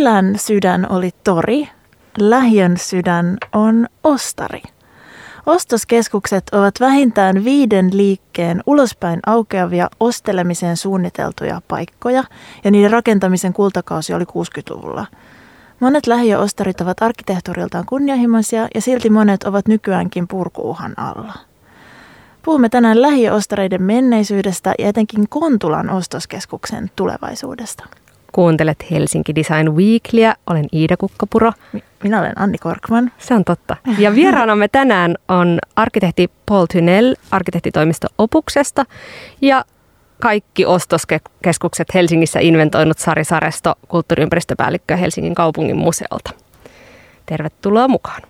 kylän sydän oli tori, lähiön sydän on ostari. Ostoskeskukset ovat vähintään 5 liikkeen ulospäin aukeavia ostelemiseen suunniteltuja paikkoja ja niiden rakentamisen kultakausi oli 60-luvulla. Monet lähiöostarit ovat arkkitehtuuriltaan kunnianhimoisia ja silti monet ovat nykyäänkin purkuuhan alla. Puhumme tänään lähiöostareiden menneisyydestä ja etenkin Kontulan ostoskeskuksen tulevaisuudesta. Kuuntelet Helsinki Design Weeklyä. Olen Iida Kukkapuro. Minä olen Anni Korkman. Se on totta. Ja vieraanamme tänään on arkkitehti Paul Thynell arkkitehtitoimisto Opuksesta ja kaikki ostoskeskukset Helsingissä inventoinut Sari Saresto, kulttuuriympäristöpäällikkö Helsingin kaupungin museolta. Tervetuloa mukaan.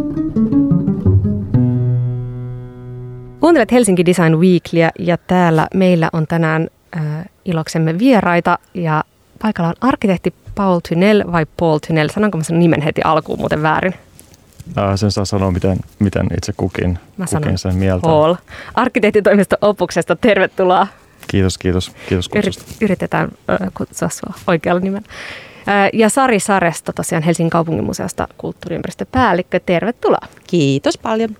Kuuntelet Helsinki Design Weeklyä ja täällä meillä on tänään iloksemme vieraita ja paikalla on arkkitehti Paul Thynell vai Paul Thynell? Sanonko mä sen nimen heti alkuun muuten väärin? Sen saa sanoa, miten itse kukin sen mieltä. Paul. Arkkitehtitoimisto Opuksesta, tervetuloa. Kiitos kutsusta. Yritetään kutsua sinua oikealla nimellä. Ja Sari Saresto, tosiaan Helsingin kaupunginmuseosta kulttuuriympäristöpäällikkö, tervetuloa. Kiitos paljon.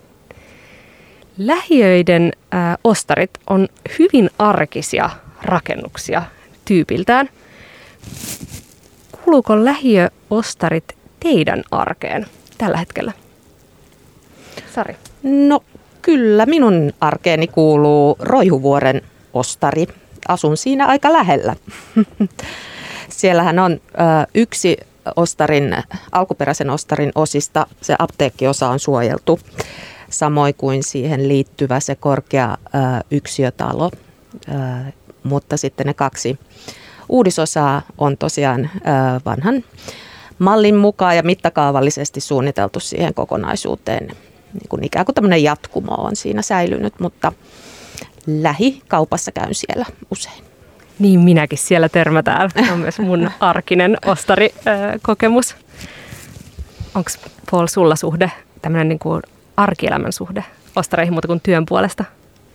Lähiöiden ostarit on hyvin arkisia rakennuksia tyypiltään. Kuuluuko lähiöostarit teidän arkeen tällä hetkellä? Sari. No kyllä, minun arkeeni kuuluu Roihuvuoren ostari. Asun siinä aika lähellä. Siellähän on yksi alkuperäisen ostarin osista, se apteekkiosa on suojeltu. Samoin kuin siihen liittyvä se korkea yksiötalo, mutta sitten ne 2 uudisosaa on tosiaan vanhan mallin mukaan ja mittakaavallisesti suunniteltu siihen kokonaisuuteen. Niin kuin ikään kuin tämmöinen jatkumo on siinä säilynyt, mutta lähikaupassa käyn siellä usein. Niin minäkin siellä törmätään. On myös mun arkinen ostarikokemus. Onko Paul sulla suhde, tämmöinen niin kuin arkielämän suhde ostareihin muuta kuin työn puolesta?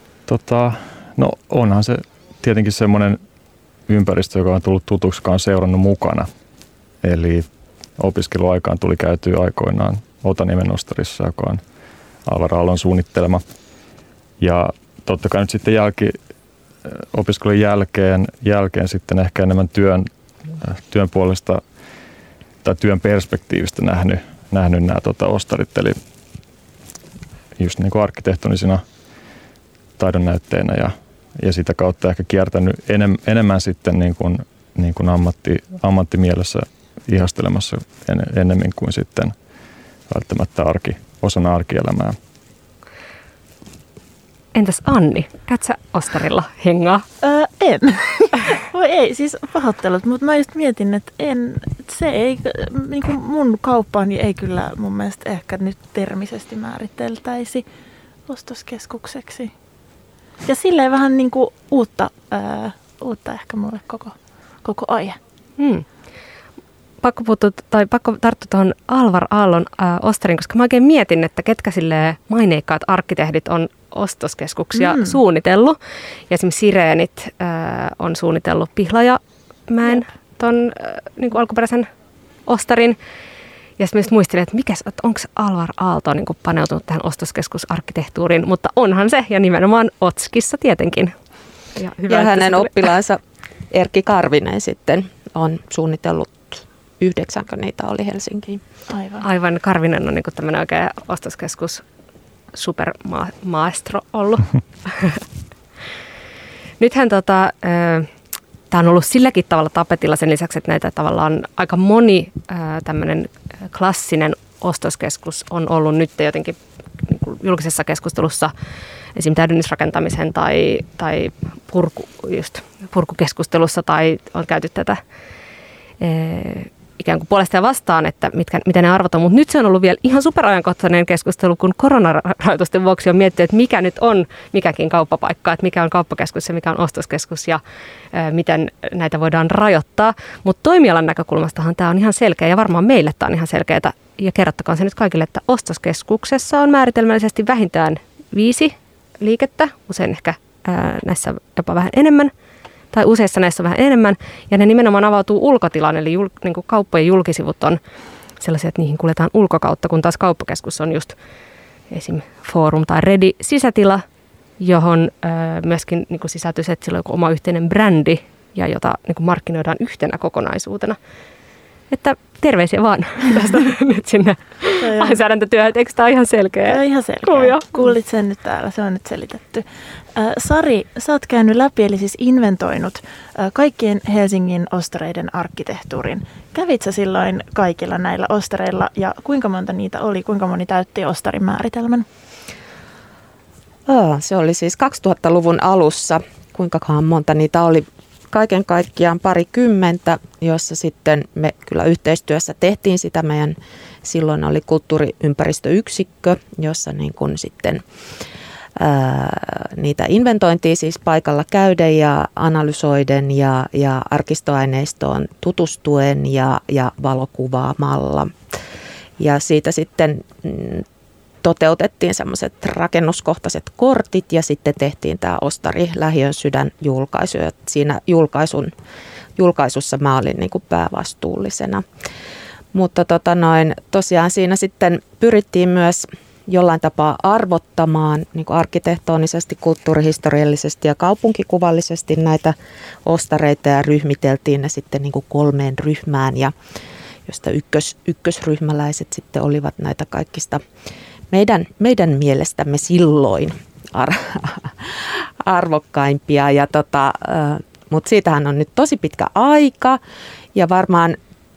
No onhan se tietenkin semmoinen ympäristö, joka on tullut tutuksi, joka on seurannut mukana. Eli opiskeluaikaan tuli käytyä aikoinaan Otaniemen ostarissa, joka on Alvar Aallon suunnittelema. Ja totta kai nyt sitten opiskelun jälkeen sitten ehkä enemmän työn puolesta tai työn perspektiivistä nähnyt nämä ostarit. Eli just niin kuin arkkitehtonisina taidonnäytteinä ja sitä kautta ehkä kiertänyt enemmän sitten niin kuin ammattimielessä ihastelemassa enemmän kuin sitten välttämättä osana arkielämää. Entäs Anni, käyt sä ostarilla hengaa? En. Voi ei, siis pahoittelut, mutta mä just mietin, että se ei, niin kuin mun kauppaani ei kyllä mun mielestä ehkä nyt termisesti määriteltäisi ostoskeskukseksi. Ja silleen vähän niin kuin uutta ehkä mulle koko aihe. Pakko tarttua tuohon Alvar Aallon ostarin, koska mä oikein mietin, että ketkä silleen maineikkaat arkkitehdit on ostoskeskuksia suunnitellut. Ja esimerkiksi Sireenit on suunnitellut Pihlajamäen ton niin kuin alkuperäisen ostarin. Ja sitten muistelin, että onko Alvar Aalto niin kuin paneutunut tähän ostoskeskusarkkitehtuuriin, mutta onhan se, ja nimenomaan Otskissa tietenkin. Ja hänen oppilaansa Erkki Karvinen on suunnitellut 9, niitä oli Helsinkiin. Aivan, Karvinen on niin kuin tämmöinen oikein ostoskeskus supermaestro ollut. Nythän tämä on ollut silläkin tavalla tapetilla sen lisäksi, että näitä tavallaan aika moni tämmöinen klassinen ostoskeskus on ollut nyt jotenkin niin kuin julkisessa keskustelussa esim. Täydennysrakentamisen tai purkukeskustelussa tai on käyty tätä ikään kuin puolesta ja vastaan, että mitä ne arvot on. Mutta nyt se on ollut vielä ihan superajankohtainen keskustelu, kun koronarajoitusten vuoksi on mietitty, että mikä nyt on mikäkin kauppapaikka, että mikä on kauppakeskus ja mikä on ostoskeskus ja miten näitä voidaan rajoittaa. Mutta toimialan näkökulmastahan tämä on ihan selkeä ja varmaan meille tämä on ihan selkeää. Ja kerrottakoon se nyt kaikille, että ostoskeskuksessa on määritelmällisesti vähintään 5 liikettä, usein ehkä näissä jopa vähän enemmän. tai useissa näissä on vähän enemmän, ja ne nimenomaan avautuu ulkotilaan, eli niin kuin kauppojen julkisivut on sellaisia, että niihin kuljetaan ulkokautta, kun taas kauppakeskus on just esim. Forum tai Redi sisätila, johon myöskin niin kuin sisältyy se, että sillä on joku oma yhteinen brändi, ja jota niin kuin markkinoidaan yhtenä kokonaisuutena. Että terveisiä vaan tästä nyt sinne lainsäädäntötyöhön. Eikö tämä ole ihan selkeä? Se on ihan selkeä. Kuvio. Kuulit sen nyt täällä, se on nyt selitetty. Sari, sä oot käynyt läpi, eli siis inventoinut kaikkien Helsingin ostareiden arkkitehtuurin. Kävit sä silloin kaikilla näillä ostareilla ja kuinka monta niitä oli? Kuinka moni täytti ostarin määritelmän? Se oli siis 2000-luvun alussa. Kuinkakaan monta niitä oli? Kaiken kaikkiaan 20, jossa sitten me kyllä yhteistyössä tehtiin sitä. Meidän silloin oli kulttuuriympäristöyksikkö, jossa niin kuin sitten niitä inventointia siis paikalla käyden ja analysoiden ja arkistoaineistoon tutustuen ja valokuvaamalla. Ja siitä sitten toteutettiin semmoiset rakennuskohtaiset kortit ja sitten tehtiin tämä Ostari Lähiön sydän julkaisu. Ja siinä julkaisussa mä olin niin kuin päävastuullisena. Mutta tosiaan siinä sitten pyrittiin myös jollain tapaa arvottamaan niin kuin arkkitehtonisesti, kulttuurihistoriallisesti ja kaupunkikuvallisesti näitä ostareita ja ryhmiteltiin ne sitten niin kuin 3 ryhmään, ja josta ykkösryhmäläiset sitten olivat näitä kaikista meidän mielestämme silloin arvokkaimpia. Mutta siitähän on nyt tosi pitkä aika ja varmaan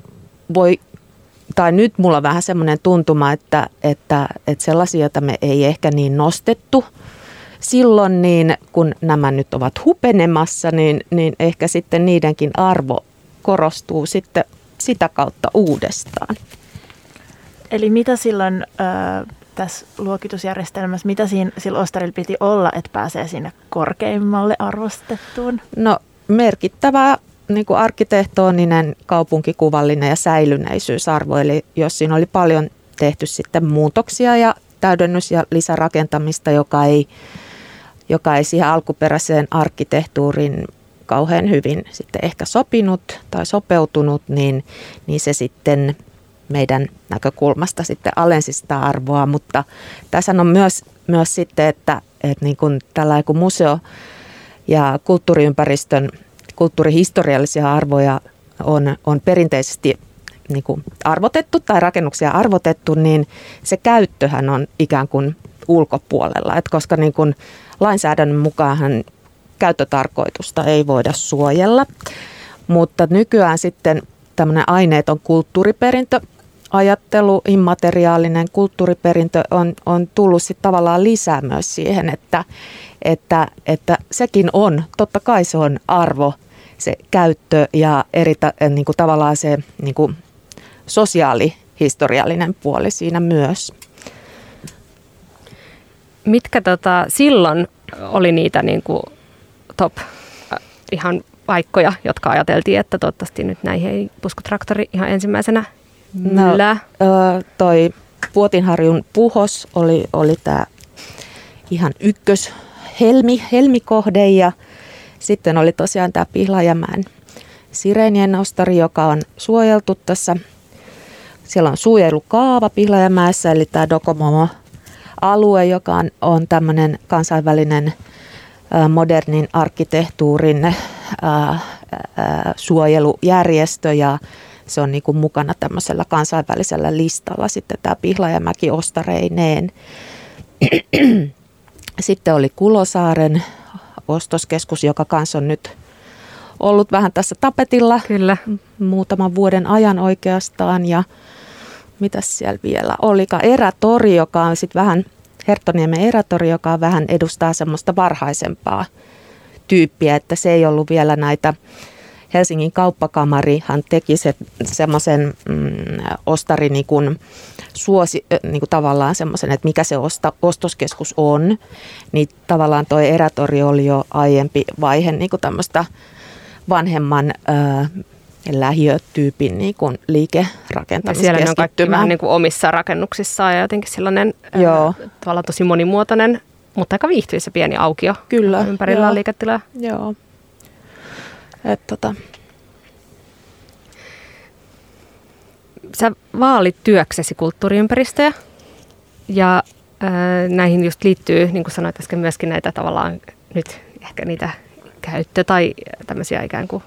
tai nyt mulla on vähän semmoinen tuntuma, että sellaisia, joita me ei ehkä niin nostettu silloin, niin kun nämä nyt ovat hupenemassa, niin ehkä sitten niidenkin arvo korostuu sitten sitä kautta uudestaan. Eli mitä silloin tässä luokitusjärjestelmässä, mitä sillä ostarilla piti olla, että pääsee sinne korkeimmalle arvostettuun? No merkittävää niin kuin arkkitehtoninen, kaupunkikuvallinen ja säilyneisyysarvo. Eli jos siinä oli paljon tehty sitten muutoksia ja täydennys- ja lisärakentamista, joka ei siihen alkuperäiseen arkkitehtuuriin kauhean hyvin sitten ehkä sopinut tai sopeutunut, niin se sitten meidän näkökulmasta sitten alensi sitä arvoa. Mutta tässä on myös sitten, että niin kuin tällainen kuin museo ja kulttuuriympäristön kulttuurihistoriallisia arvoja on perinteisesti niin kuin arvotettu tai rakennuksia arvotettu, niin se käyttöhän on ikään kuin ulkopuolella. Koska niin kuin lainsäädännön mukaan käyttötarkoitusta ei voida suojella, mutta nykyään sitten tämmöinen aineeton kulttuuriperintöajattelu, immateriaalinen kulttuuriperintö on tullut sitten tavallaan lisää myös siihen, että sekin on, totta kai se on arvo, se käyttö ja niin kuin tavallaan se niin kuin sosiaalihistoriallinen puoli siinä myös. Mitkä silloin oli niitä niin kuin top ihan paikkoja, jotka ajateltiin, että toivottavasti nyt näihin ei puskutraktori ihan ensimmäisenä myllää? Toi Puotinharjun Puhos oli tämä ihan helmikohde, ja sitten oli tosiaan tämä Pihlajamäen Sireenien ostari, joka on suojeltu tässä. Siellä on suojelukaava Pihlajamäessä, eli tämä Dokomomo-alue, joka on tämmöinen kansainvälinen modernin arkkitehtuurin suojelujärjestö, ja se on niin kuin mukana tämmöisellä kansainvälisellä listalla sitten tämä Pihlajamäki ostareineen. Sitten oli Kulosaaren ostoskeskus, joka kanssa on nyt ollut vähän tässä tapetilla. Kyllä. Muutaman vuoden ajan oikeastaan. Ja mitäs siellä vielä olikaan? Erätori, joka on sitten vähän, Herttoniemen erätori, joka vähän edustaa semmoista varhaisempaa tyyppiä, että se ei ollut vielä näitä. Helsingin kauppakamarihan teki semmoisen ostari niin kuin niin kuin tavallaan semmoisen, että mikä se ostoskeskus on, niin tavallaan toi erätori oli jo aiempi vaihe niin kuin tämmöistä vanhemman lähiötyypin niin kuin liikerakentamiskeskittymä. Siellä ne on kaikki vähän niin kuin omissa rakennuksissaan ja jotenkin sellainen tavallaan tosi monimuotoinen, mutta aika viihtyisä pieni aukio. Kyllä. Ympärillä on liiketila. Joo. Sä vaalit työksesi kulttuuriympäristöjä ja näihin just liittyy, niin kuin sanoit äsken, myöskin näitä tavallaan nyt ehkä niitä käyttö- tai tämmöisiä ikään kuin,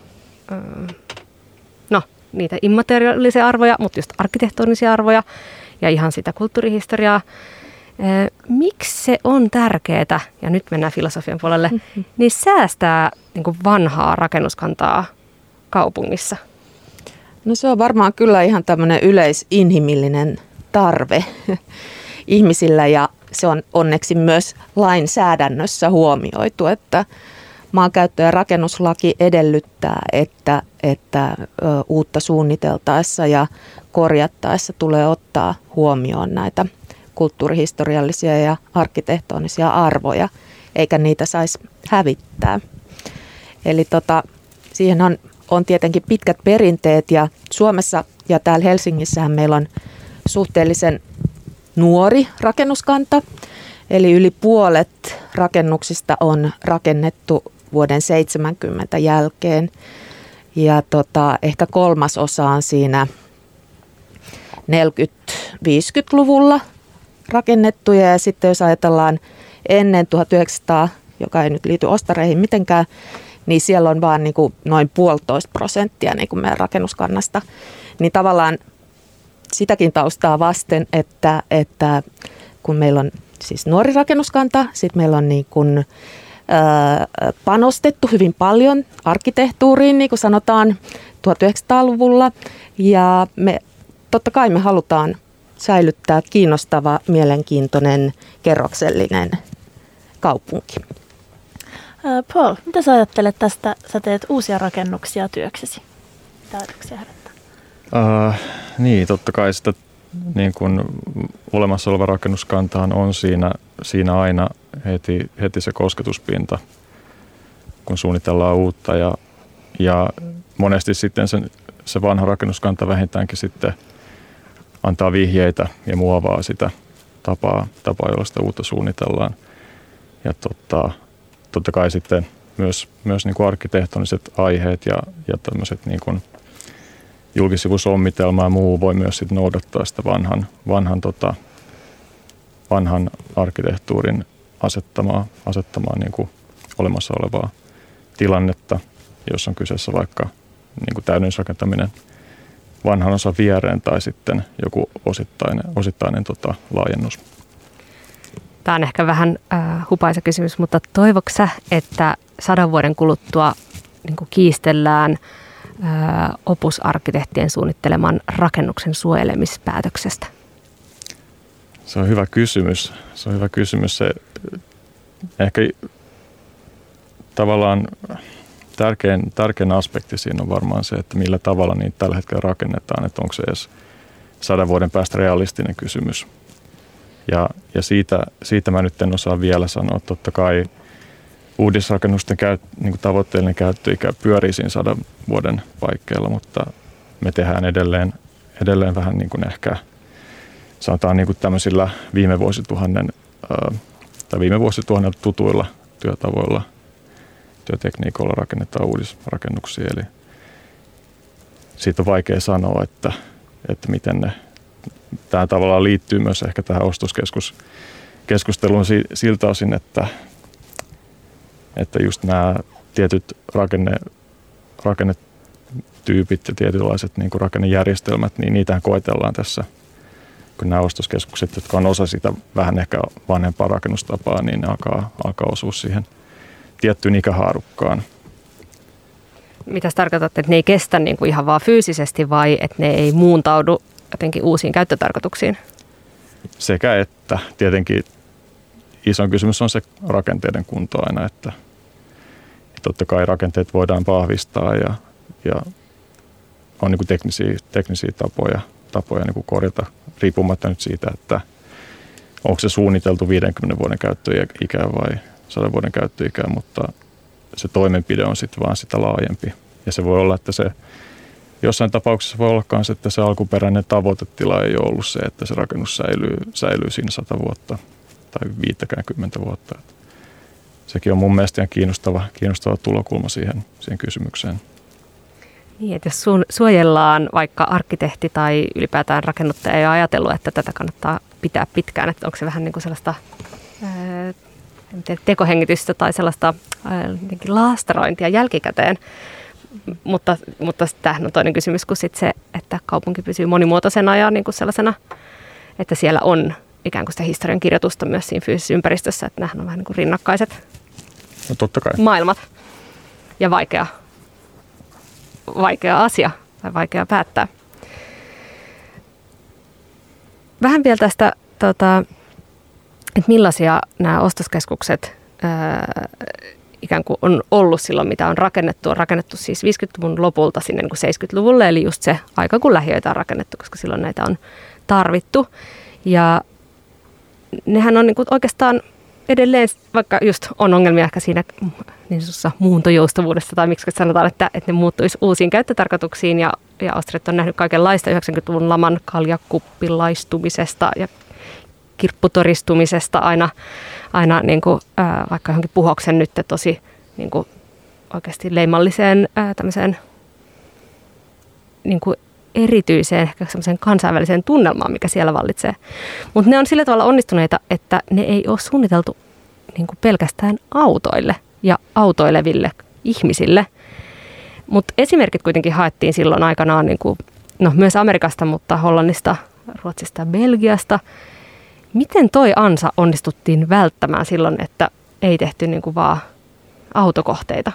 niitä immateriaalisia arvoja, mutta just arkkitehtonisia arvoja ja ihan sitä kulttuurihistoriaa. Miksi se on tärkeää, ja nyt mennään filosofian puolelle, niin säästää niin kuin vanhaa rakennuskantaa kaupungissa? No se on varmaan kyllä ihan tämmöinen yleisinhimillinen tarve ihmisillä, ja se on onneksi myös lainsäädännössä huomioitu, että maankäyttö- ja rakennuslaki edellyttää, että uutta suunniteltaessa ja korjattaessa tulee ottaa huomioon näitä kulttuurihistoriallisia ja arkkitehtonisia arvoja, eikä niitä saisi hävittää. Eli siihen on tietenkin pitkät perinteet, ja Suomessa ja täällä Helsingissähän meillä on suhteellisen nuori rakennuskanta, eli yli puolet rakennuksista on rakennettu vuoden 70 jälkeen, ja ehkä 1/3 on siinä 40-50-luvulla rakennettuja, ja sitten jos ajatellaan ennen 1900, joka ei nyt liity ostareihin mitenkään, niin siellä on vaan niin kuin noin 1,5% niin kuin meidän rakennuskannasta, niin tavallaan sitäkin taustaa vasten, että kun meillä on siis nuori rakennuskanta, sitten meillä on niin kuin, panostettu hyvin paljon arkkitehtuuriin, niin kuin sanotaan 1900-luvulla, ja totta kai me halutaan säilyttää kiinnostava, mielenkiintoinen, kerroksellinen kaupunki. Paul, mitä sä ajattelet tästä? Sä teet uusia rakennuksia työksesi. Mitä ajatuksia herättää? Niin, totta kai sitä niin kuin olemassa oleva rakennuskantahan on siinä aina heti se kosketuspinta, kun suunnitellaan uutta. Ja monesti sitten se vanha rakennuskanta vähintäänkin sitten antaa vihjeitä ja muovaa sitä tapaa jolla sitä uutta suunnitellaan. Ja totta kai sitten myös niin kuin arkkitehtoniset aiheet ja tämmöiset niin kuin julkisivusommitelma ja muu voi myös sitten noudattaa sitä vanhan arkkitehtuurin asettamaa niin kuin olemassa olevaa tilannetta, jos on kyseessä vaikka niin kuin täydennysrakentaminen vanhan osan viereen tai sitten joku osittainen laajennus. Tämä on ehkä vähän hupaisa kysymys, mutta toivotko sä, että 100 vuoden kuluttua niin kuin kiistellään opusarkkitehtien suunnitteleman rakennuksen suojelemispäätöksestä? Se on hyvä kysymys. Se ehkä tavallaan tärkein aspekti siinä on varmaan se, että millä tavalla niitä tällä hetkellä rakennetaan, että onko se edes 100 vuoden päästä realistinen kysymys. Ja siitä mä nyt en osaa vielä sanoa. Totta kai uudisrakennusten niin tavoitteellinen käyttöikä pyörii siinä 100 vuoden paikkeilla, mutta me tehdään edelleen vähän niin kuin ehkä sanotaan niin kuin tämmöisillä viime vuosituhannen tutuilla työtavoilla, työtekniikoilla rakennetaan uudisrakennuksia. Eli siitä on vaikea sanoa, että miten ne. Tämä tavallaan liittyy myös ehkä tähän ostoskeskuskeskusteluun siltä osin, että just nämä tietyt rakennetyypit ja tietynlaiset niin kuin rakennejärjestelmät, niin niitähän koetellaan tässä, kun nämä ostoskeskukset, jotka on osa sitä vähän ehkä vanhempaa rakennustapaa, niin ne alkaa osua siihen tiettyyn ikähaarukkaan. Mitä tarkoitat, että ne ei kestä niin kuin ihan vaan fyysisesti vai että ne ei muuntaudu jotenkin uusiin käyttötarkoituksiin? Sekä että tietenkin iso kysymys on se rakenteiden kunto aina, että totta kai rakenteet voidaan vahvistaa ja on niin kuin teknisiä tapoja niin kuin korjata riippumatta nyt siitä, että onko se suunniteltu 50 vuoden käyttöikää vai 100 vuoden käyttöikää, mutta se toimenpide on sitten vaan sitä laajempi. Ja se voi olla, että se jossain tapauksessa voi olla myös, että se alkuperäinen tavoitetila ei ole ollut se, että se rakennus säilyy siinä 100 vuotta tai 50 vuotta. sekin on mun mielestä ihan kiinnostava tulokulma siihen kysymykseen. Niin, että jos suojellaan vaikka arkkitehti tai ylipäätään rakennuttaja ei ole ajatellut, että tätä kannattaa pitää pitkään, että onko se vähän niin kuin sellaista tekohengitystä tai sellaista laastarointia jälkikäteen. Mutta tämähän on toinen kysymys kuin sit se, että kaupunki pysyy monimuotoisena ja niin kuin sellaisena, että siellä on ikään kuin sitä historian kirjoitusta myös siinä fyysisessä ympäristössä, että nämähän on vähän niin kuin rinnakkaiset totta kai. Maailmat ja vaikea asia tai vaikea päättää. Vähän vielä tästä, että millaisia nämä ostoskeskukset ikään kuin on ollut silloin, mitä on rakennettu. On rakennettu siis 50-luvun lopulta sinne niin kuin 70-luvulle, eli just se aika, kun lähiöitä on rakennettu, koska silloin näitä on tarvittu. Ja nehän on niin kuin oikeastaan edelleen, vaikka just on ongelmia ehkä siinä niin sanotussa muuntojoustavuudessa, tai miksi sanotaan, että ne muuttuisi uusiin käyttötarkoituksiin, ja Ostarit on nähnyt kaikenlaista 90-luvun laman kaljakuppilaistumisesta ja kirpputoristumisesta aina niin kuin, vaikka johonkin Puhoksen nyt tosi niin kuin oikeasti leimalliseen tämmöiseen niin kuin erityiseen, ehkä semmoiseen kansainväliseen tunnelmaan, mikä siellä vallitsee. Mutta ne on sillä tavalla onnistuneita, että ne ei ole suunniteltu niin kuin pelkästään autoille ja autoileville ihmisille. Mutta esimerkit kuitenkin haettiin silloin aikanaan niin kuin, myös Amerikasta, mutta Hollannista, Ruotsista ja Belgiasta. Miten toi ansa onnistuttiin välttämään silloin, että ei tehty niin kuin vaan autokohteita?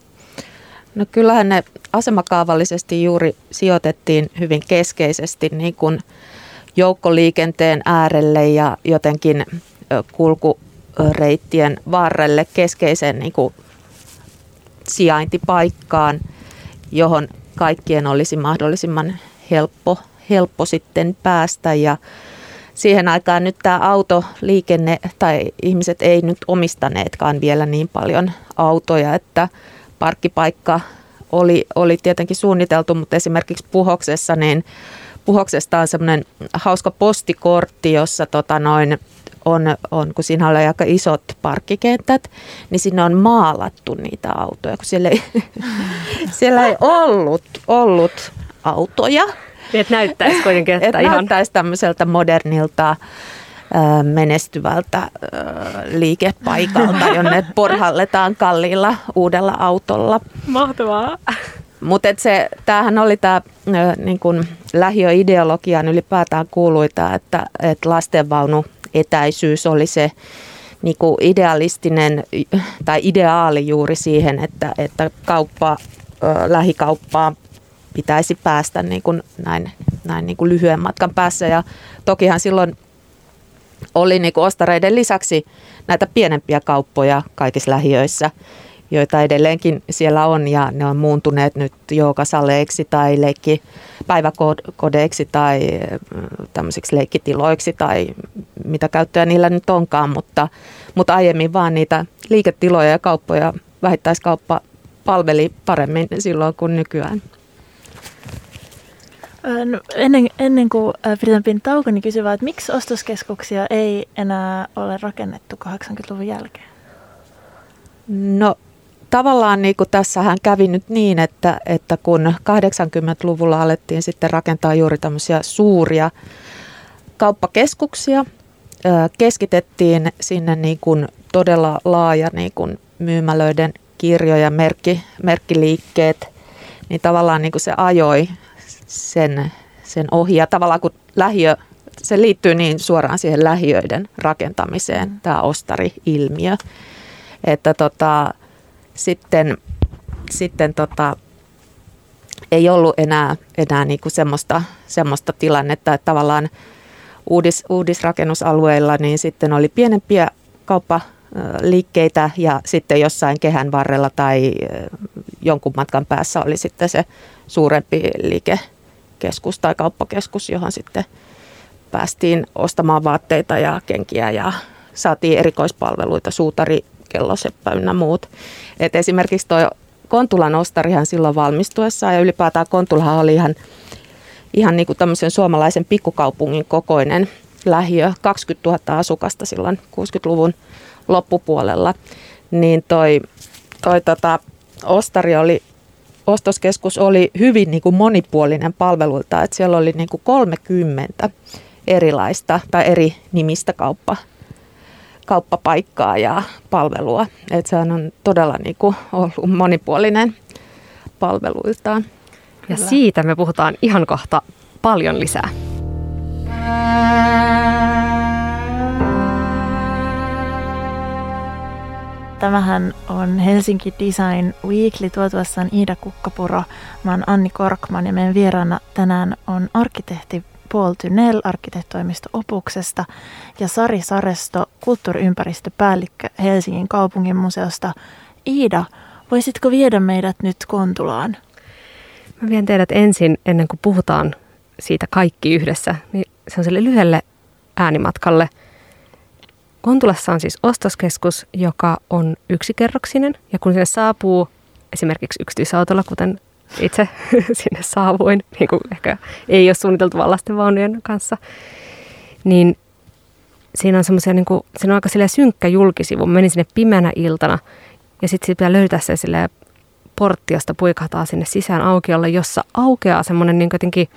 No kyllähän ne asemakaavallisesti juuri sijoitettiin hyvin keskeisesti niin kuin joukkoliikenteen äärelle ja jotenkin kulkureittien varrelle keskeiseen niin kuin sijaintipaikkaan, johon kaikkien olisi mahdollisimman helppo sitten päästä. Ja siihen aikaan nyt tämä autoliikenne tai ihmiset ei nyt omistaneetkaan vielä niin paljon autoja, että parkkipaikka oli tietenkin suunniteltu, mutta esimerkiksi Puhoksessa, niin Puhoksesta on semmoinen hauska postikortti, jossa on, kun siinä oli aika isot parkkikentät, niin sinne on maalattu niitä autoja, kun siellä ei ollut autoja. Niin, että näyttäisi kuitenkin, että ihan näyttäisi tämmöiseltä modernilta menestyvältä liikepaikalta, jonne porhalletaan kalliilla uudella autolla. Mahtavaa. Mutta tämähän oli tämä niin kun lähiöideologiaan ylipäätään kuuluita, että lastenvaunu etäisyys oli se niin kuin idealistinen tai ideaali juuri siihen, että lähikauppaan pitäisi päästä niin kuin näin niin kuin lyhyen matkan päässä. Ja tokihan silloin oli niin kuin ostareiden lisäksi näitä pienempiä kauppoja kaikissa lähiöissä, joita edelleenkin siellä on, ja ne on muuntuneet nyt joukasaleiksi tai päiväkodeiksi tai tämmöisiksi leikkitiloiksi tai mitä käyttöä niillä nyt onkaan, mutta aiemmin vaan niitä liiketiloja ja kauppoja, vähittäiskauppa palveli paremmin silloin kuin nykyään. No, ennen kuin pidetään pieni tauko, niin kysyvää, että miksi ostoskeskuksia ei enää ole rakennettu 80-luvun jälkeen? No tavallaan niin kuin tässähän kävi nyt niin, että kun 80-luvulla alettiin sitten rakentaa juuri tämmöisiä suuria kauppakeskuksia, keskitettiin sinne niin kuin todella laaja niin kuin myymälöiden kirjo- ja merkkiliikkeet, niin tavallaan niin kuin se ajoi sen ohi. Ja tavallaan kun se liittyy niin suoraan siihen lähiöiden rakentamiseen, tämä ostari-ilmiö, että sitten ei ollut enää niin kuin semmoista tilannetta, että tavallaan uudisrakennusalueilla niin sitten oli pienempiä kauppaliikkeitä ja sitten jossain kehän varrella tai jonkun matkan päässä oli sitten se suurempi liikekeskus tai kauppakeskus, johon sitten päästiin ostamaan vaatteita ja kenkiä ja saatiin erikoispalveluita, suutari, kelloseppä ynnä muut. Et esimerkiksi tuo Kontulan ostarihan silloin valmistuessaan ja ylipäätään Kontulahan oli ihan niin kuin tämmöisen suomalaisen pikkukaupungin kokoinen lähiö, 20 000 asukasta silloin 60-luvun loppupuolella. niin toi ostoskeskus oli hyvin niin kuin monipuolinen palveluilta, että siellä oli niin kuin 30 erilaista tai eri nimistä kauppapaikkaa ja palvelua. Että sehän on todella niin kuin ollut monipuolinen palveluiltaan. Ja siitä me puhutaan ihan kohta paljon lisää. Tämähän on Helsinki Design Weekly, tuotuessaan Iida Kukkapuro. Mä oon Anni Korkman ja meidän vieraana tänään on arkkitehti Paul Tynell arkkitehtoimisto Opuksesta ja Sari Saresto, kulttuuriympäristöpäällikkö Helsingin kaupunginmuseosta. Iida, voisitko viedä meidät nyt Kontulaan? Mä vien teidät ensin, ennen kuin puhutaan siitä kaikki yhdessä, niin se on sille lyhyelle äänimatkalle. Kontulassa on siis ostoskeskus, joka on yksikerroksinen, ja kun sinne saapuu esimerkiksi yksityisautolla, kuten itse sinne saavuin, niin kuin ehkä ei ole suunniteltu vaan lastenvaunujen kanssa, niin siinä on semmoisia, niin kuin, siinä on aika synkkä julkisivu. Mä menin sinne pimeänä iltana, ja sitten pitää löytää se silleen portti, josta puikahtaa sinne sisään aukiolle, jossa aukeaa semmoinen niin jotenkin,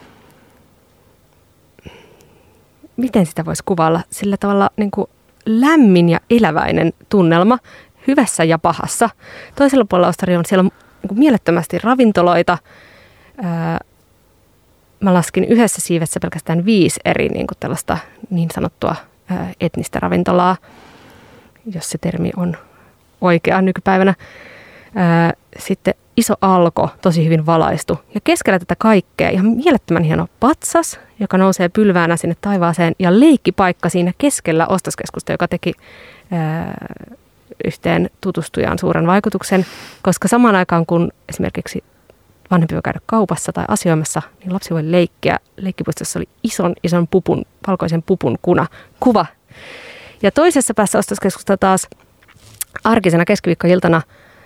miten sitä voisi kuvailla, sillä tavalla niin kuin lämmin ja eläväinen tunnelma hyvässä ja pahassa. Toisella puolella Ostari on siellä niin mielettömästi ravintoloita. Mä laskin yhdessä siivessä pelkästään 5 eri niin kuin tällaista niin sanottua etnistä ravintolaa, jos se termi on oikea nykypäivänä. Sitten iso alko, tosi hyvin valaistu. Ja keskellä tätä kaikkea ihan mielettömän hieno patsas, joka nousee pylväänä sinne taivaaseen. Ja leikkipaikka siinä keskellä ostoskeskusta, joka teki yhteen tutustujaan suuren vaikutuksen. Koska samaan aikaan, kun esimerkiksi vanhempi voi käydä kaupassa tai asioimassa, niin lapsi voi leikkiä. Leikkipuistossa oli ison pupun, valkoisen pupun kuva. Ja toisessa päässä ostoskeskusta taas arkisena keskiviikkoiltana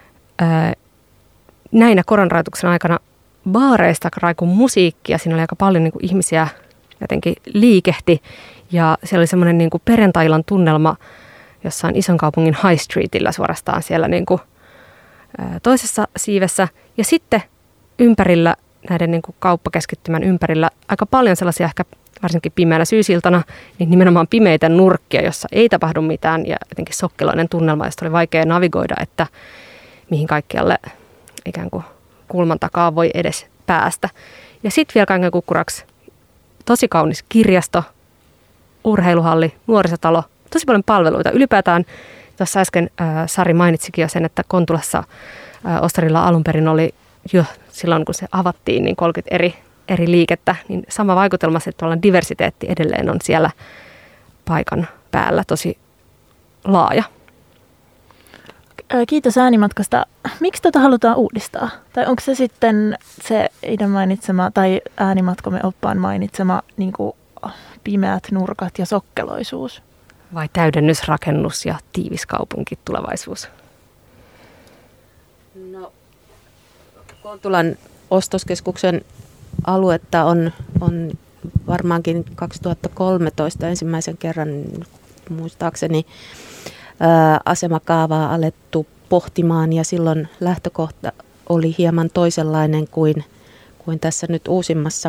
näinä koronarajoituksen aikana baareista raikui musiikkia. Siinä oli aika paljon niin kuin ihmisiä jotenkin liikehti ja siellä oli semmoinen niin kuin perjantai-illan tunnelma jossain ison kaupungin High Streetillä suorastaan siellä niin kuin, toisessa siivessä. Ja sitten ympärillä, näiden niin kuin kauppakeskittymän ympärillä, aika paljon sellaisia ehkä varsinkin pimeänä syysiltana, niin nimenomaan pimeitä nurkkia, jossa ei tapahdu mitään ja jotenkin sokkeloinen tunnelma, josta oli vaikea navigoida, että mihin kaikkialle ikään kuin kulman takaa voi edes päästä. Ja sitten vielä kaiken kukkuraksi tosi kaunis kirjasto, urheiluhalli, nuorisotalo, tosi paljon palveluita. Ylipäätään tuossa äsken Sari mainitsikin jo sen, että Kontulassa Ostarilla alun perin oli jo silloin, kun se avattiin, niin 30 eri liikettä, niin sama vaikutelma, että diversiteetti edelleen on siellä paikan päällä tosi laaja. Kiitos äänimatkasta. Miksi tätä halutaan uudistaa? Tai onko se sitten se Iidan mainitsema tai äänimatkamme oppaan mainitsema niin kuin pimeät nurkat ja sokkeloisuus? Vai täydennysrakennus ja tiivis kaupunki tulevaisuus? No, Kontulan ostoskeskuksen aluetta on varmaankin 2013 ensimmäisen kerran muistaakseni asemakaavaa alettu pohtimaan ja silloin lähtökohta oli hieman toisenlainen kuin tässä nyt uusimmassa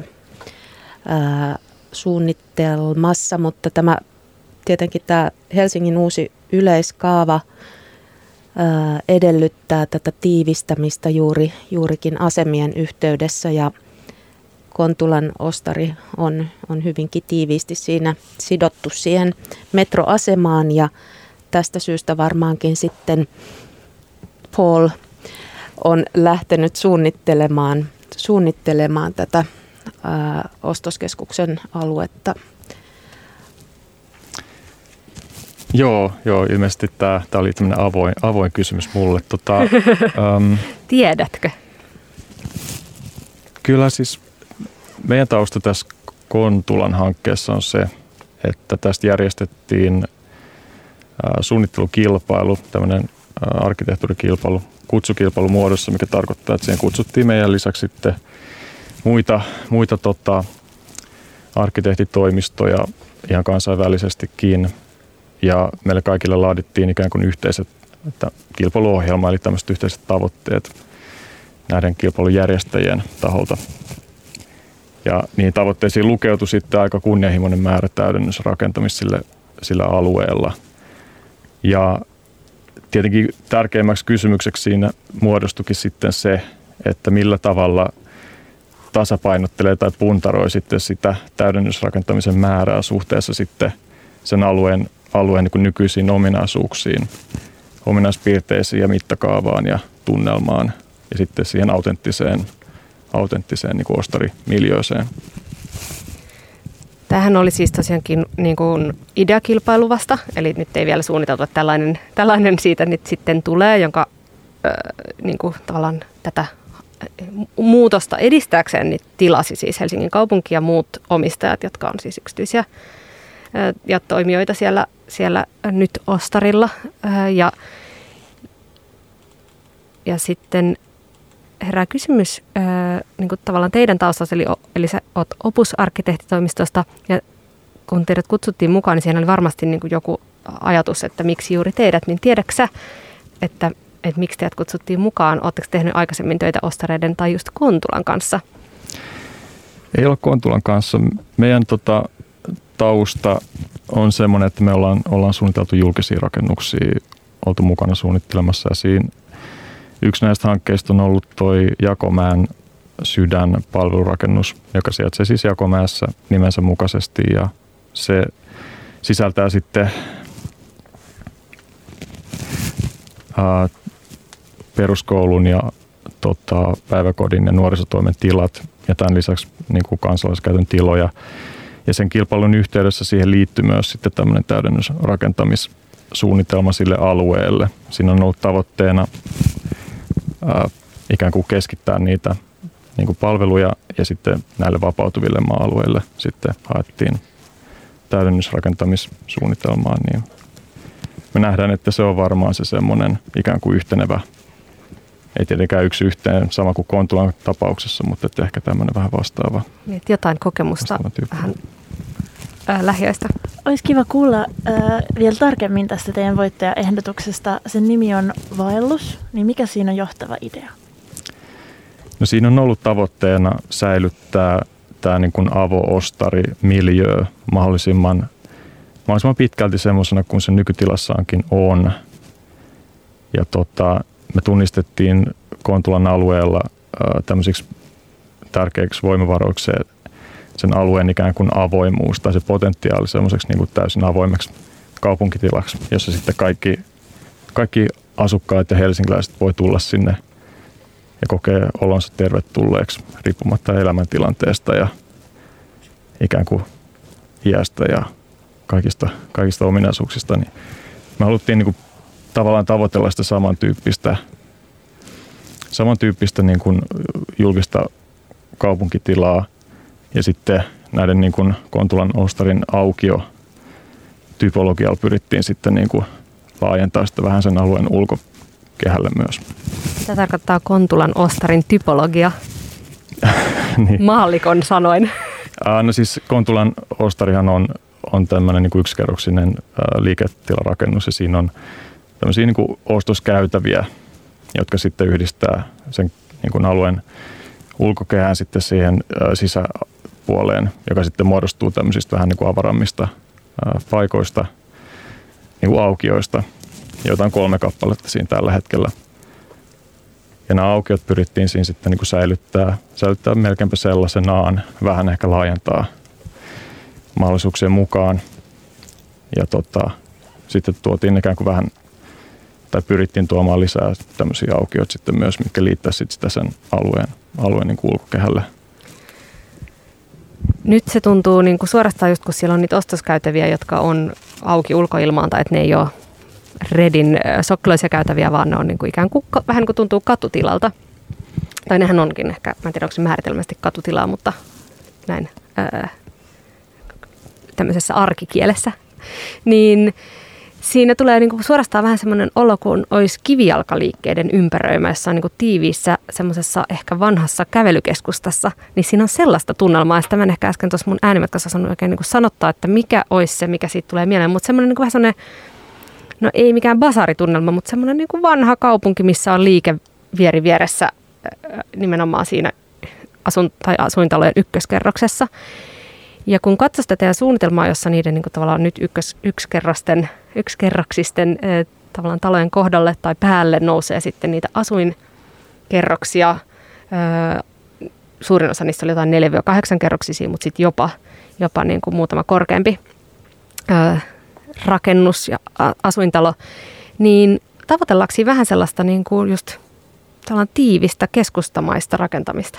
suunnitelmassa, mutta tietenkin tämä Helsingin uusi yleiskaava edellyttää tätä tiivistämistä juurikin asemien yhteydessä ja Kontulan Ostari on hyvinkin tiiviisti siinä sidottu siihen metroasemaan ja tästä syystä varmaankin Paul on lähtenyt suunnittelemaan tätä ostoskeskuksen aluetta. Joo, ilmeisesti tämä oli tämmöinen avoin kysymys mulle. Tiedätkö? Kyllä siis meidän tausta tässä Kontulan hankkeessa on se, että tästä järjestettiin suunnittelukilpailu, tämmöinen arkkitehtuurikilpailu, kutsukilpailu muodossa, mikä tarkoittaa, että siihen kutsuttiin meidän lisäksi sitten muita arkkitehtitoimistoja ihan kansainvälisestikin. Ja meille kaikille laadittiin ikään kuin yhteiset kilpailuohjelma, eli tämmöiset yhteiset tavoitteet näiden kilpailujärjestäjien taholta. Ja niihin tavoitteisiin lukeutui sitten aika kunnianhimoinen määrä täydennysrakentamista sillä alueella. Ja tietenkin tärkeimmäksi kysymykseksi siinä muodostuikin sitten se, että millä tavalla tasapainottelee tai puntaroi sitten sitä täydennysrakentamisen määrää suhteessa sitten sen alueen niin kuin nykyisiin ominaisuuksiin, ominaispiirteisiin ja mittakaavaan ja tunnelmaan ja sitten siihen autenttiseen niin kuin ostarimiljööseen. Tämähän oli siis tosiaankin niin kuin ideakilpailu vasta, eli nyt ei vielä suunniteltu, että tällainen siitä nyt sitten tulee, jonka niin kuin tavallaan tätä muutosta edistääkseen niin tilasi siis Helsingin kaupunki ja muut omistajat, jotka on siis yksityisiä ja toimijoita siellä nyt ostarilla. Ja sitten herää kysymys niin kuin tavallaan teidän taustasta, eli sä oot Opus-arkkitehtitoimistosta ja kun teidät kutsuttiin mukaan, niin siinä oli varmasti niin kuin joku ajatus, että miksi juuri teidät, niin tiedätkö sä, että miksi teidät kutsuttiin mukaan? Oletteko tehnyt aikaisemmin töitä ostareiden tai just Kontulan kanssa? Ei ole Kontulan kanssa. Meidän tausta on semmoinen, että me ollaan suunniteltu julkisia rakennuksia, oltu mukana suunnittelemassa ja siinä yksi näistä hankkeista on ollut toi Jakomäen sydän palvelurakennus, joka sijaitsee siis Jakomäessä nimensä mukaisesti ja se sisältää sitten peruskoulun ja päiväkodin ja nuorisotoimen tilat ja tämän lisäksi niin kuin kansalaiskäytön tiloja. Ja sen kilpailun yhteydessä siihen liittyy myös sitten tämmöinen täydennysrakentamissuunnitelma sille alueelle. Siinä on ollut tavoitteena ikään kuin keskittää niitä niin kuin palveluja ja sitten näille vapautuville maa-alueille sitten haettiin täydennysrakentamissuunnitelmaa. Niin me nähdään, että se on varmaan se semmoinen ikään kuin yhtenevä, ei tietenkään yksi yhteen sama kuin Kontulan tapauksessa, mutta että ehkä tämmöinen vähän vastaava. Jotain kokemusta vähän lähiöistä. Olisi kiva kuulla vielä tarkemmin tästä teidän voittajaehdotuksesta. Sen nimi on Vaellus, niin mikä siinä on johtava idea? No siinä on ollut tavoitteena säilyttää tämä niin kuin avo-ostari-miljöö mahdollisimman pitkälti semmoisena kuin se nykytilassaankin on. Ja me tunnistettiin Kontulan alueella tämmöisiksi tärkeiksi voimavaroiksi sen alueen ikään kuin avoimuus tai se potentiaali semmoiseksi niin kuin täysin avoimeksi kaupunkitilaksi, jossa sitten kaikki asukkaat ja helsinkiläiset voi tulla sinne ja kokea olonsa tervetulleeksi riippumatta elämäntilanteesta ja ikään kuin iästä ja kaikista ominaisuuksista. Niin me haluttiin niin kuin tavallaan tavoitella sitä samantyyppistä niin kuin julkista kaupunkitilaa ja sitten näiden niin kuin Kontulan ostarin aukiotypologialla pyrittiin sitten niin kuin laajentaa sitä vähän sen alueen ulkokehälle myös. Mitä tarkoittaa Kontulan ostarin typologia? Niin. Maallikon sanoin. No siis Kontulan ostarihan on tämmöinen niin kuin yksikerroksinen liiketilarakennus ja siinä on tämmöisiä niin kuin ostoskäytäviä, jotka sitten yhdistää sen niin kuin alueen ulkokehään sitten siihen sisäpuoleen, joka sitten muodostuu tämmöisistä vähän niin kuin avarammista paikoista, niin kuin aukioista, joita on 3 kappaletta siinä tällä hetkellä. Ja nämä aukiot pyrittiin siinä sitten niin kuin säilyttää melkeinpä sellaisenaan, vähän ehkä laajentaa mahdollisuuksien mukaan. Ja sitten tuotiin ikään kuin vähän, tai pyrittiin tuomaan lisää tämmöisiä aukioita sitten myös, mitkä liittää sitten sitä sen alueen niin kuin ulkokehälle. Nyt se tuntuu niin kuin suorastaan just, kun siellä on niitä ostoskäytäviä, jotka on auki ulkoilmaan, tai että ne ei ole redin sokkeloisia käytäviä, vaan ne on niin kuin ikään kuin vähän niin kuin tuntuu katutilalta. Tai nehän onkin ehkä, mä en tiedä, onko se määritelmästi katutilaa, mutta näin tämmöisessä arkikielessä. Niin siinä tulee niin kuin suorastaan vähän semmoinen olo, kun olisi kivijalkaliikkeiden ympäröimä, jossa on niin kuin tiiviissä semmoisessa ehkä vanhassa kävelykeskustassa, niin siinä on sellaista tunnelmaa, ja sitä mä en ehkä äsken tuossa mun äänimatkassa osannut oikein niin kuin sanottaa, että mikä olisi se, mikä siitä tulee mieleen, mutta semmoinen niin kuin vähän semmoinen no ei mikään basaritunnelma, mutta semmoinen niin kuin vanha kaupunki, missä on liikevieri vieressä nimenomaan siinä asuintalojen ykköskerroksessa. Ja kun katsoo sitä teidän suunnitelmaa, jossa niiden niin kuin tavallaan nyt yksikerroksisten tavallaan talojen kohdalle tai päälle nousee sitten niitä asuinkerroksia. Suurin osa niistä oli jotain 4-8 kerroksisia, mutta sitten jopa niin kuin muutama korkeampi rakennus ja asuintalo. Niin tavoitellaanko siinä vähän sellaista niin kuin just tiivistä keskustamaista rakentamista?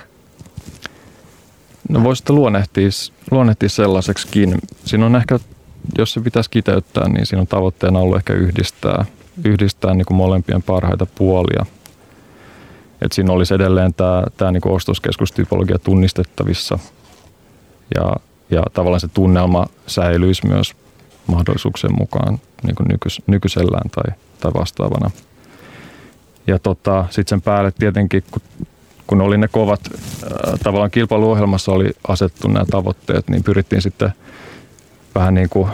No voisitte luonnehtia sellaiseksikin. Siinä on ehkä, jos se pitäisi kiteyttää, niin siinä on tavoitteena ollut ehkä yhdistää niin kuin molempien parhaita puolia. Et siinä olisi edelleen tämä niin kuin ostoskeskustypologia tunnistettavissa ja tavallaan se tunnelma säilyisi myös mahdollisuuksien mukaan niin kuin nykyisellään tai vastaavana. Ja sitten sen päälle tietenkin, kun oli ne kovat, tavallaan kilpailuohjelmassa oli asettu nämä tavoitteet, niin pyrittiin sitten vähän niin kuin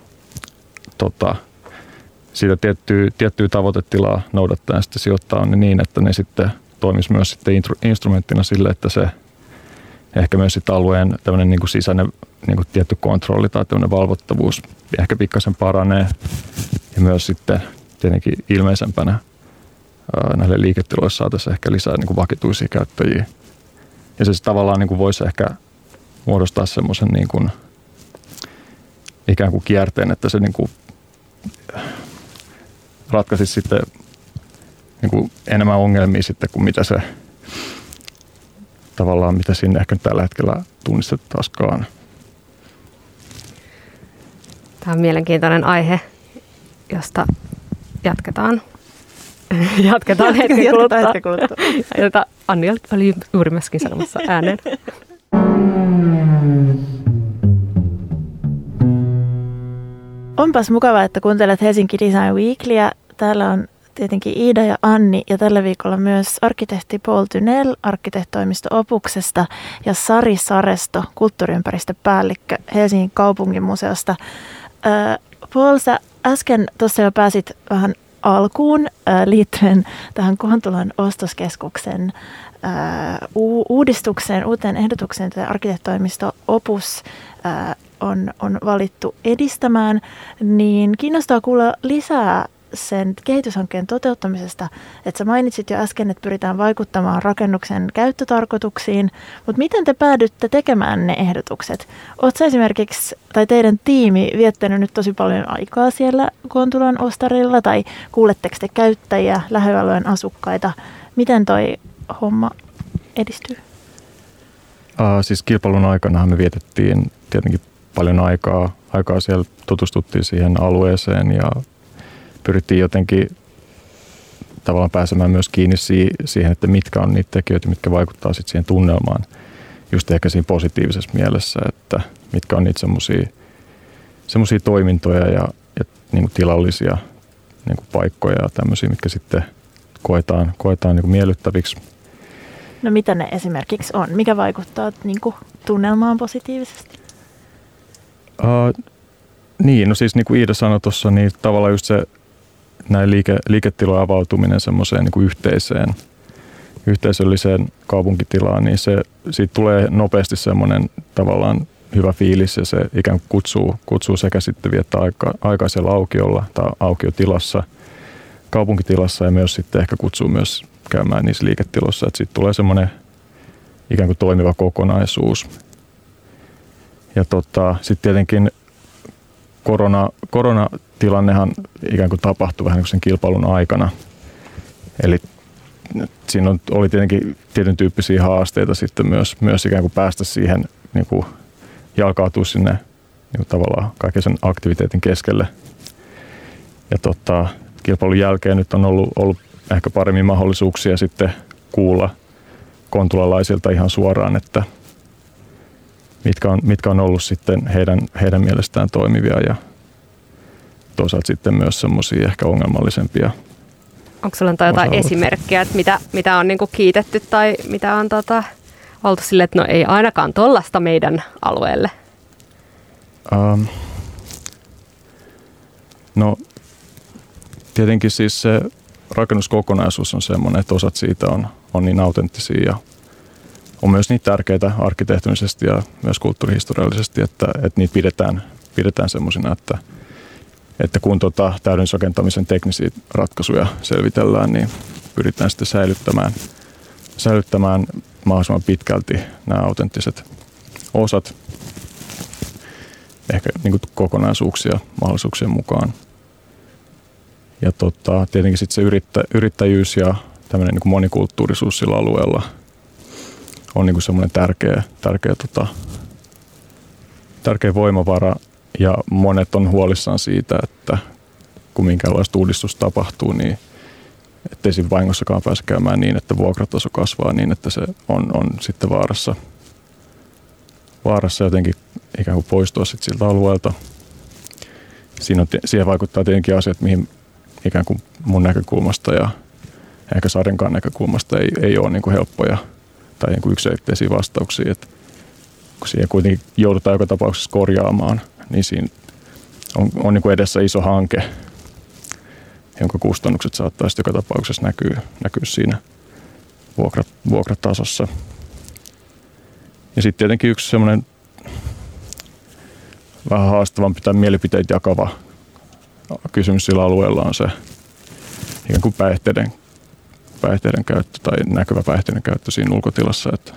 siitä tiettyä tavoitetilaa noudattaen sitten sijoittaa ne niin, että ne sitten toimisi myös sitten instrumenttina sille, että se ehkä myös sitten alueen tämmöinen niin kuin sisäinen niin kuin tietty kontrolli tai tämmöinen valvottavuus ehkä pikkasen paranee ja myös sitten tietenkin ilmeisempänä näille liiketiloille saataisiin ehkä lisää niin kuin vakituisia käyttäjiä. Ja se tavallaan niin kuin voisi ehkä muodostaa semmoisen niin kuin ikään kuin kierteen, että se niin kuin ratkaisisi sitten niin kuin enemmän ongelmia sitten kuin mitä se tavallaan, mitä sinne ehkä tällä hetkellä tunnistettaisikaan. Tämä on mielenkiintoinen aihe, josta jatketaan hetken kuluttua. Jota Anni oli juuri myöskin sanomassa ääneen. Onpas mukavaa, että kuuntelet Helsinki Design Weeklyä. Täällä on tietenkin Iida ja Anni ja tällä viikolla myös arkkitehti Paul Tynell arkkitehtoimisto Opuksesta ja Sari Saresto, kulttuuriympäristöpäällikkö Helsingin kaupunginmuseosta. Paul, sä äsken tuossa jo pääsit vähän alkuun liittyen tähän Kontulan ostoskeskuksen uudistukseen, uuteen ehdotukseen, että arkkitehtoimisto Opus on valittu edistämään, niin kiinnostaa kuulla lisää sen kehityshankkeen toteuttamisesta, että sä mainitsit jo äsken, että pyritään vaikuttamaan rakennuksen käyttötarkoituksiin, mutta miten te päädytte tekemään ne ehdotukset? Oletko esimerkiksi, tai teidän tiimi viettänyt nyt tosi paljon aikaa siellä Kontulan ostarilla, tai kuuletteko te käyttäjiä, lähialueen asukkaita? Miten toi homma edistyy? Siis kilpailun aikana me vietettiin tietenkin paljon aikaa siellä, tutustuttiin siihen alueeseen ja pyrittiin jotenkin tavallaan pääsemään myös kiinni siihen, että mitkä on niitä tekijöitä, mitkä vaikuttaa sitten siihen tunnelmaan. Just ehkä siinä positiivisessa mielessä, että mitkä on niitä semmoisia toimintoja ja niin kuin tilallisia niin kuin paikkoja ja tämmöisiä, mitkä sitten koetaan niin kuin miellyttäviksi. No mitä ne esimerkiksi on? Mikä vaikuttaa niin kuin tunnelmaan positiivisesti? Niin, no siis niin kuin Iida sanoi tuossa, niin tavallaan just se näin liiketilojen avautuminen semmoiseen niin kuin yhteisölliseen kaupunkitilaan, niin siitä tulee nopeasti semmoinen tavallaan hyvä fiilis ja se ikään kuin kutsuu sekä sitten viettää aikaa siellä aukiolla tai aukiotilassa, kaupunkitilassa ja myös sitten ehkä kutsuu myös käymään niissä liiketiloissa, että siitä tulee semmoinen ikään kuin toimiva kokonaisuus. Ja sitten tietenkin koronatilannehan ikään kuin tapahtui vähän sen kilpailun aikana. Eli siinä oli tietenkin tietyn tyyppisiä haasteita sitten myös ikään kuin päästä siihen, niin kuin jalkautua sinne niin kuin tavallaan kaiken sen aktiviteetin keskelle. Ja kilpailun jälkeen nyt on ollut ehkä paremmin mahdollisuuksia sitten kuulla kontulalaisilta ihan suoraan, että mitkä on ollut sitten heidän mielestään toimivia ja toisaalta sitten myös semmoisia ehkä ongelmallisempia. Onko sulla jotain esimerkkejä, että mitä on niinku kiitetty tai mitä on oltu silleen, että no ei ainakaan tollasta meidän alueelle? No tietenkin siis se rakennuskokonaisuus on semmoinen, että osat siitä on niin autenttisia ja on myös niin tärkeitä arkkitehtonisesti ja myös kulttuurihistoriallisesti, että niitä pidetään semmoisina, että kun täydennysrakentamisen teknisiä ratkaisuja selvitellään, niin pyritään sitten säilyttämään mahdollisimman pitkälti nämä autenttiset osat ehkä niin kuin kokonaisuuksia mahdollisuuksien mukaan. Ja tietenkin sitten se yrittäjyys ja tämmöinen niin kuin monikulttuurisuus sillä alueella on niin kuin semmoinen tärkeä voimavara. Ja monet on huolissaan siitä, että kun minkäänlaista uudistusta tapahtuu, niin ettei siinä vahingossakaan pääse käymään niin, että vuokrataso kasvaa niin, että se on sitten vaarassa jotenkin ikään kuin poistua sitten siltä alueelta. Siihen vaikuttaa tietenkin asiat, mihin ikään kuin mun näkökulmasta ja ehkä Sarenkaan näkökulmasta ei ole niin kuin helppoja tai niin kuin yksiselitteisiä vastauksia. Että kun siihen kuitenkin joudutaan joka tapauksessa korjaamaan, niin siinä on niin kuin edessä iso hanke, jonka kustannukset saattaa sitten joka tapauksessa näkyy siinä vuokratasossa. Ja sitten tietenkin yksi semmoinen vähän haastavampi tai mielipiteitä jakava kysymys sillä alueella on se ikään kuin päihteiden käyttö tai näkyvä päihteiden käyttö siinä ulkotilassa. Että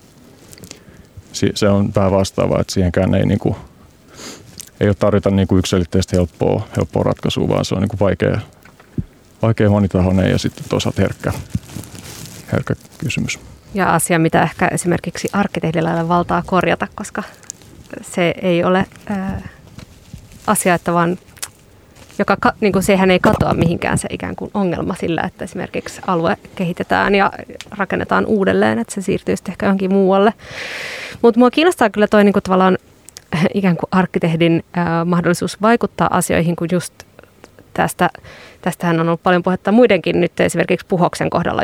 se on vähän vastaavaa, että siihenkään ei ole tarjota niin kuin yksiselitteistä helppoa ratkaisua, vaan se on niin kuin vaikea monitahoinen ja sitten toisaalta herkkä kysymys. Ja asia, mitä ehkä esimerkiksi arkkitehdillä ei ole valtaa korjata, koska se ei ole asia, että vaan niin kuin sehän ei katoa mihinkään se ikään kuin ongelma sillä, että esimerkiksi alue kehitetään ja rakennetaan uudelleen, että se siirtyy sitten ehkä johonkin muualle. Mutta mua kiinnostaa kyllä toi niin kuin tavallaan ikään kuin arkkitehdin mahdollisuus vaikuttaa asioihin, kun just tästähän on ollut paljon puhetta muidenkin nyt esimerkiksi Puhoksen kohdalla,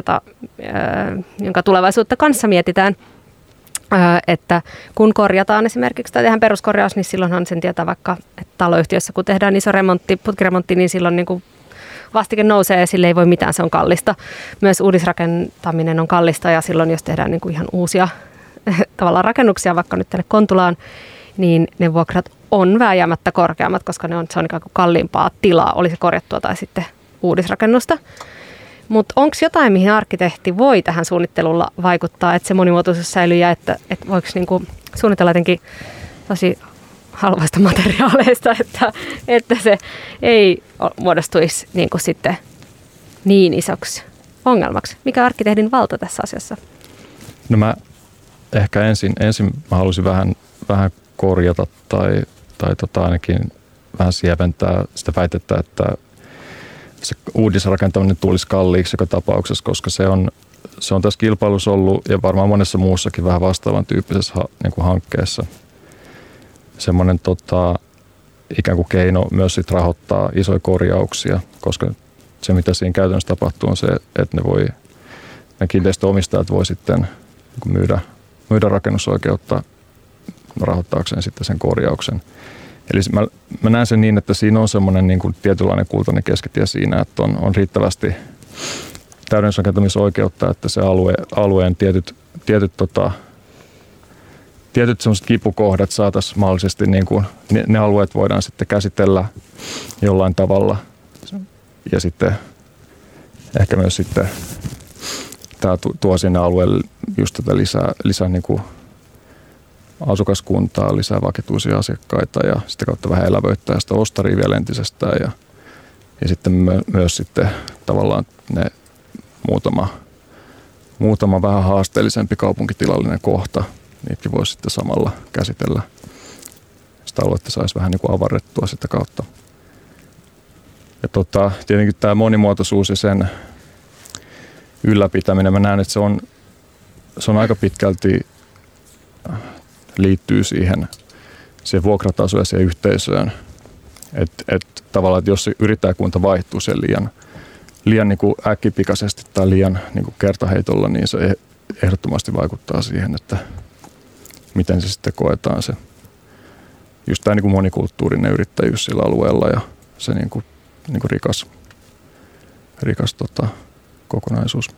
jonka tulevaisuutta kanssa mietitään. Että kun korjataan esimerkiksi tai tehdään peruskorjaus, niin silloinhan sen tietää vaikka, että taloyhtiössä kun tehdään iso putkiremontti, niin silloin niin kuin vastike nousee ja sille ei voi mitään, se on kallista. Myös uudisrakentaminen on kallista ja silloin jos tehdään niin kuin ihan uusia tavallaan rakennuksia vaikka nyt tänne Kontulaan, niin ne vuokrat on vääjäämättä korkeammat, koska se on ikään kuin kalliimpaa tilaa, oli se korjattua tai sitten uudisrakennusta. Mutta onko jotain, mihin arkkitehti voi tähän suunnittelulla vaikuttaa, että se monimuotoisuus säilyy ja että voiko niinku suunnitella jotenkin tosi halvoista materiaaleista, että se ei muodostuisi niinku sitten niin isoksi ongelmaksi? Mikä on arkkitehdin valta tässä asiassa? No mä ehkä ensin mä haluaisin vähän korjata tai ainakin vähän sieventää sitä väitettä, että se uudisrakentaminen tulisi kalliiksi joka tapauksessa, koska se on tässä kilpailussa ollut ja varmaan monessa muussakin vähän vastaavan tyyppisessä niin kuin hankkeessa semmoinen ikään kuin keino myös sit rahoittaa isoja korjauksia, koska se mitä siinä käytännössä tapahtuu on se, että ne kiinteistöomistajat voi sitten niin kuin myydä rakennusoikeutta rahoittaakseen sitten sen korjauksen. Eli mä näen sen niin, että siinä on semmoinen niin kuin tietynlainen kultainen keskitie siinä, että on riittävästi täydennysrakentamisoikeutta, että se alueen tietyt semmoiset kipukohdat saataisiin mahdollisesti, niin kuin, ne alueet voidaan sitten käsitellä jollain tavalla. Ja sitten ehkä myös sitten tämä tuo sinne alueelle just tätä lisää niin kuin asukaskuntaa, lisää vakituisia asiakkaita ja sitä kautta vähän elävöittää sitä ostaria vielä entisestään ja sitten myös sitten tavallaan ne muutama vähän haasteellisempi kaupunkitilallinen kohta, niitäkin voisi sitten samalla käsitellä. Sitä aluetta saisi vähän niin kuin avarrettua sitä kautta. Ja tietenkin tämä monimuotoisuus ja sen ylläpitäminen, mä näen, että se on aika pitkälti liittyy siihen vuokratasoon ja siihen yhteisöön. Että tavallaan, että jos se yrittäjäkunta vaihtuu sen liian niin kuin äkkipikaisesti tai liian niin kuin kertaheitolla, niin se ehdottomasti vaikuttaa siihen, että miten se sitten koetaan se just tämä niin kuin monikulttuurinen yrittäjyys sillä alueella ja se niin kuin rikas rikas kokonaisuus.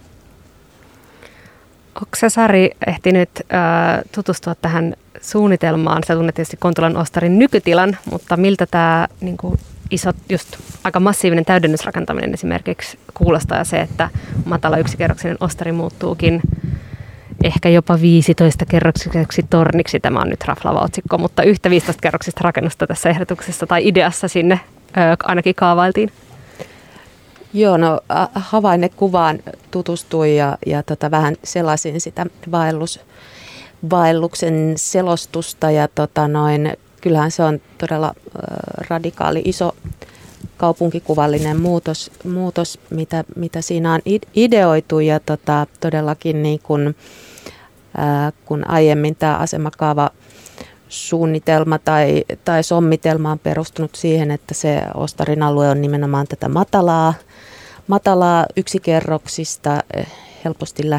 Onko sä, Sari, ehtinyt tutustua tähän suunnitelmaan? Sä tunnet tietysti Kontulan Ostarin nykytilan, mutta miltä tämä iso, just aika massiivinen täydennysrakentaminen esimerkiksi kuulostaa, ja se, että matala yksikerroksinen ostari muuttuukin ehkä jopa 15-kerroksiseksi torniksi. Tämä on nyt raflaava otsikko, mutta yhtä 15-kerroksista rakennusta tässä ehdotuksessa tai ideassa sinne ainakin kaavailtiin. Joo, no havainnekuvaan tutustuin ja vähän selasin sitä vaelluksen selostusta ja kyllähän se on todella radikaali iso kaupunkikuvallinen muutos mitä siinä on ideoitu ja todellakin niin kun aiemmin tämä asemakaava suunnitelma tai sommitelma on perustunut siihen, että se Ostarin alue on nimenomaan tätä matalaa yksikerroksista, helposti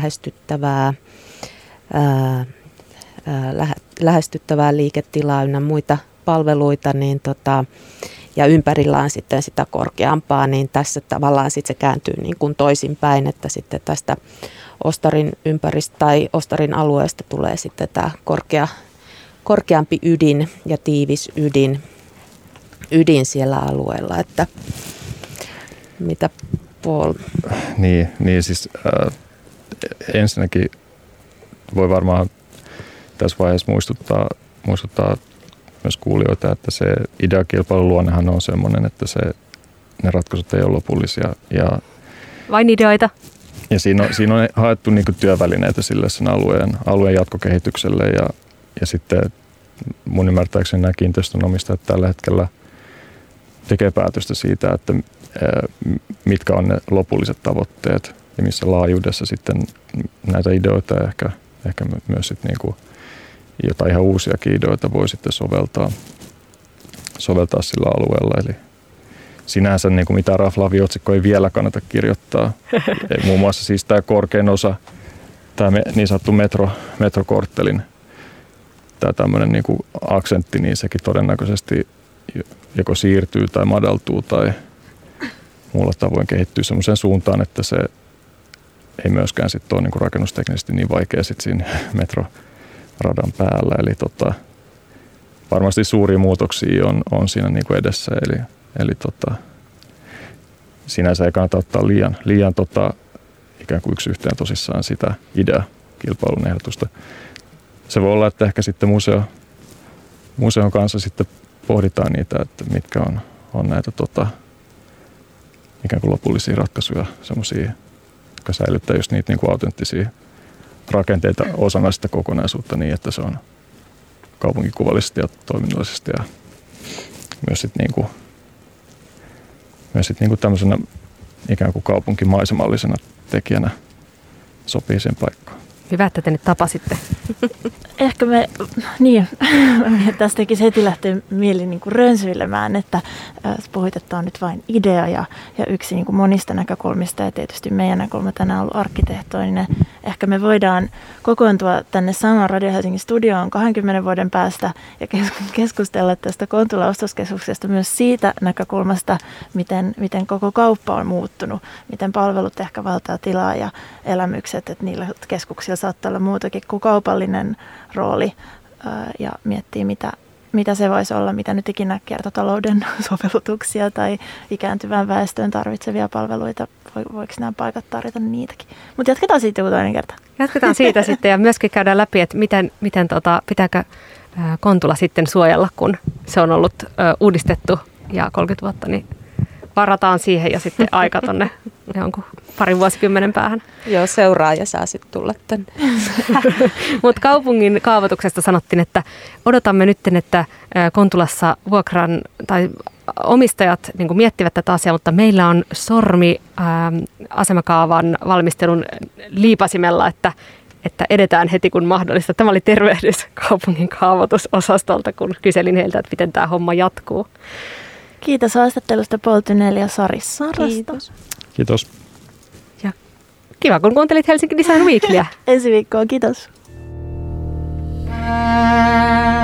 lähestyttävää liiketilaa ynnä muita palveluita, niin ja ympärillä on sitten sitä korkeampaa, niin tässä tavallaan sitten se kääntyy niin kuin toisinpäin, että sitten tästä Ostarin ympäristä tai Ostarin alueesta tulee sitten tämä korkeampi ydin ja tiivis ydin siellä alueella, että mitä Paul? Niin siis ensinnäkin voi varmaan tässä vaiheessa muistuttaa myös kuulijoita, että se ideakilpailun luonnehan on semmoinen, että ne ratkaisut ei ole lopullisia. Vain ideoita? Ja siinä on haettu niinku työvälineitä sille sen alueen jatkokehitykselle ja sitten mun ymmärtääkseni nämä kiinteistönomistajat tällä hetkellä tekee päätöstä siitä, että mitkä on ne lopulliset tavoitteet ja missä laajuudessa sitten näitä ideoita ja ehkä myös sitten niinku jotain ihan uusiakin ideoita voi sitten soveltaa sillä alueella. Eli sinänsä niin kuin mitään raflaaviotsikkoa ei vielä kannata kirjoittaa. Muun muassa siis tämä korkein osa, tämä niin sanottu metrokorttelin, tämä tämmöinen niin kuin aksentti, niin sekin todennäköisesti joko siirtyy tai madaltuu tai muulla tavoin kehittyy semmoiseen suuntaan, että se ei myöskään sitten ole niin kuin rakennusteknisesti niin vaikea sitten siinä metroradan päällä. Eli varmasti suuria muutoksia on siinä niin kuin edessä. Eli sinänsä ei kannata ottaa liian ikään kuin yksi yhteen tosissaan sitä ideakilpailun ehdotusta. Se voi olla, että ehkä sitten museon kanssa sitten pohditaan niitä, että mitkä on näitä ikään kuin lopullisia ratkaisuja, semmoisia, jotka säilyttää just niitä niin kuin autenttisia rakenteita osana sitä kokonaisuutta niin, että se on kaupunkikuvallisesti ja toiminnallisesti ja myös sitten niinku tämmöisenä ikään kuin kaupunkimaisemallisena tekijänä sopii sen paikkaan. Hyvä, että te nyt tapasitte. Ehkä tästä tekisi heti lähteä mieli niin kuin rönsyilemään, että puhuit, että on nyt vain idea ja yksi niin kuin monista näkökulmista ja tietysti meidän näkökulma tänään on ollut arkkitehtoinen. Ehkä me voidaan kokoontua tänne samaan Radio Helsingin studioon 20 vuoden päästä ja keskustella tästä Kontula ostoskeskuksesta myös siitä näkökulmasta, miten koko kauppa on muuttunut, miten palvelut ehkä valtaa tilaa ja elämykset, että niillä keskuksilla saattaa olla muutakin kuin kaupallinen rooli ja miettii, mitä se voisi olla, mitä nyt ikinä kiertotalouden sovellutuksia tai ikääntyvän väestön tarvitsevia palveluita. Voiko nämä paikat tarjota niitäkin? Mutta jatketaan siitä joku toinen kerta. Jatketaan siitä sitten ja myöskin käydään läpi, että miten pitääkö Kontula sitten suojella, kun se on ollut uudistettu ja 30 vuotta, niin varataan siihen ja sitten aika tonne jonkun parin vuosikymmenen päähän. Joo, seuraaja saa sitten tulla tänne. Mutta kaupungin kaavoituksesta sanottiin, että odotamme nyt, että Kontulassa vuokran tai omistajat niin kuin miettivät tätä asiaa, mutta meillä on sormi asemakaavan valmistelun liipasimella, että edetään heti kun mahdollista. Tämä oli tervehdys kaupungin kaavoitusosastolta, kun kyselin heiltä, että miten tämä homma jatkuu. Kiitos haastattelusta Paul Tynell ja Sari Sarasta. Kiitos. Ja kiva, kun kuuntelit Helsinki Design Weeklyä. Ensi viikkoon, kiitos.